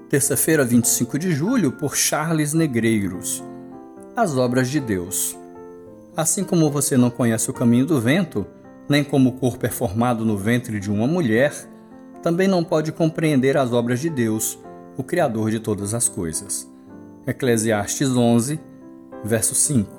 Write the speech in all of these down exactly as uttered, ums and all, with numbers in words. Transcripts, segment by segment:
Terça-feira, vinte e cinco de julho, por Charles Negreiros. As obras de Deus. Assim como você não conhece o caminho do vento, nem como o corpo é formado no ventre de uma mulher, também não pode compreender as obras de Deus, o Criador de todas as coisas. Eclesiastes onze, verso cinco.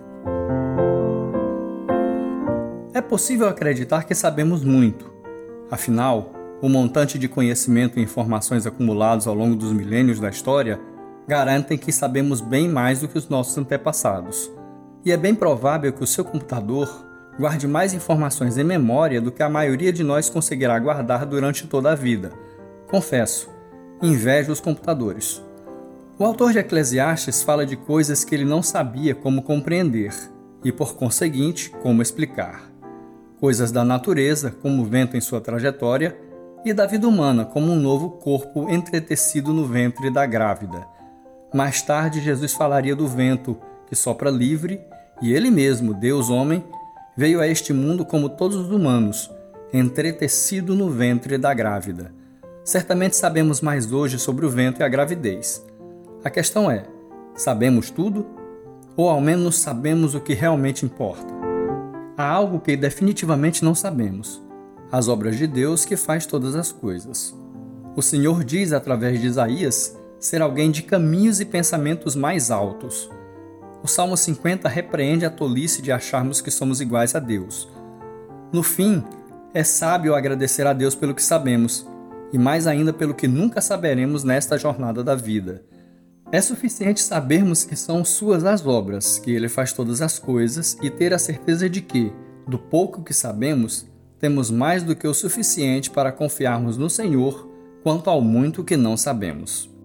É possível acreditar que sabemos muito. Afinal, o montante de conhecimento e informações acumulados ao longo dos milênios da história garantem que sabemos bem mais do que os nossos antepassados. E é bem provável que o seu computador guarde mais informações em memória do que a maioria de nós conseguirá guardar durante toda a vida. Confesso, invejo os computadores. O autor de Eclesiastes fala de coisas que ele não sabia como compreender e, por conseguinte, como explicar. Coisas da natureza, como o vento em sua trajetória, e da vida humana, como um novo corpo entretecido no ventre da grávida. Mais tarde, Jesus falaria do vento, que sopra livre, e ele mesmo, Deus homem, veio a este mundo como todos os humanos, entretecido no ventre da grávida. Certamente sabemos mais hoje sobre o vento e a gravidez. A questão é, sabemos tudo? Ou ao menos sabemos o que realmente importa? Há algo que definitivamente não sabemos. As obras de Deus que faz todas as coisas. O Senhor diz através de Isaías ser alguém de caminhos e pensamentos mais altos. O Salmo cinquenta repreende a tolice de acharmos que somos iguais a Deus. No fim, é sábio agradecer a Deus pelo que sabemos, e mais ainda pelo que nunca saberemos nesta jornada da vida. É suficiente sabermos que são suas as obras, que Ele faz todas as coisas, e ter a certeza de que, do pouco que sabemos, temos mais do que o suficiente para confiarmos no Senhor quanto ao muito que não sabemos.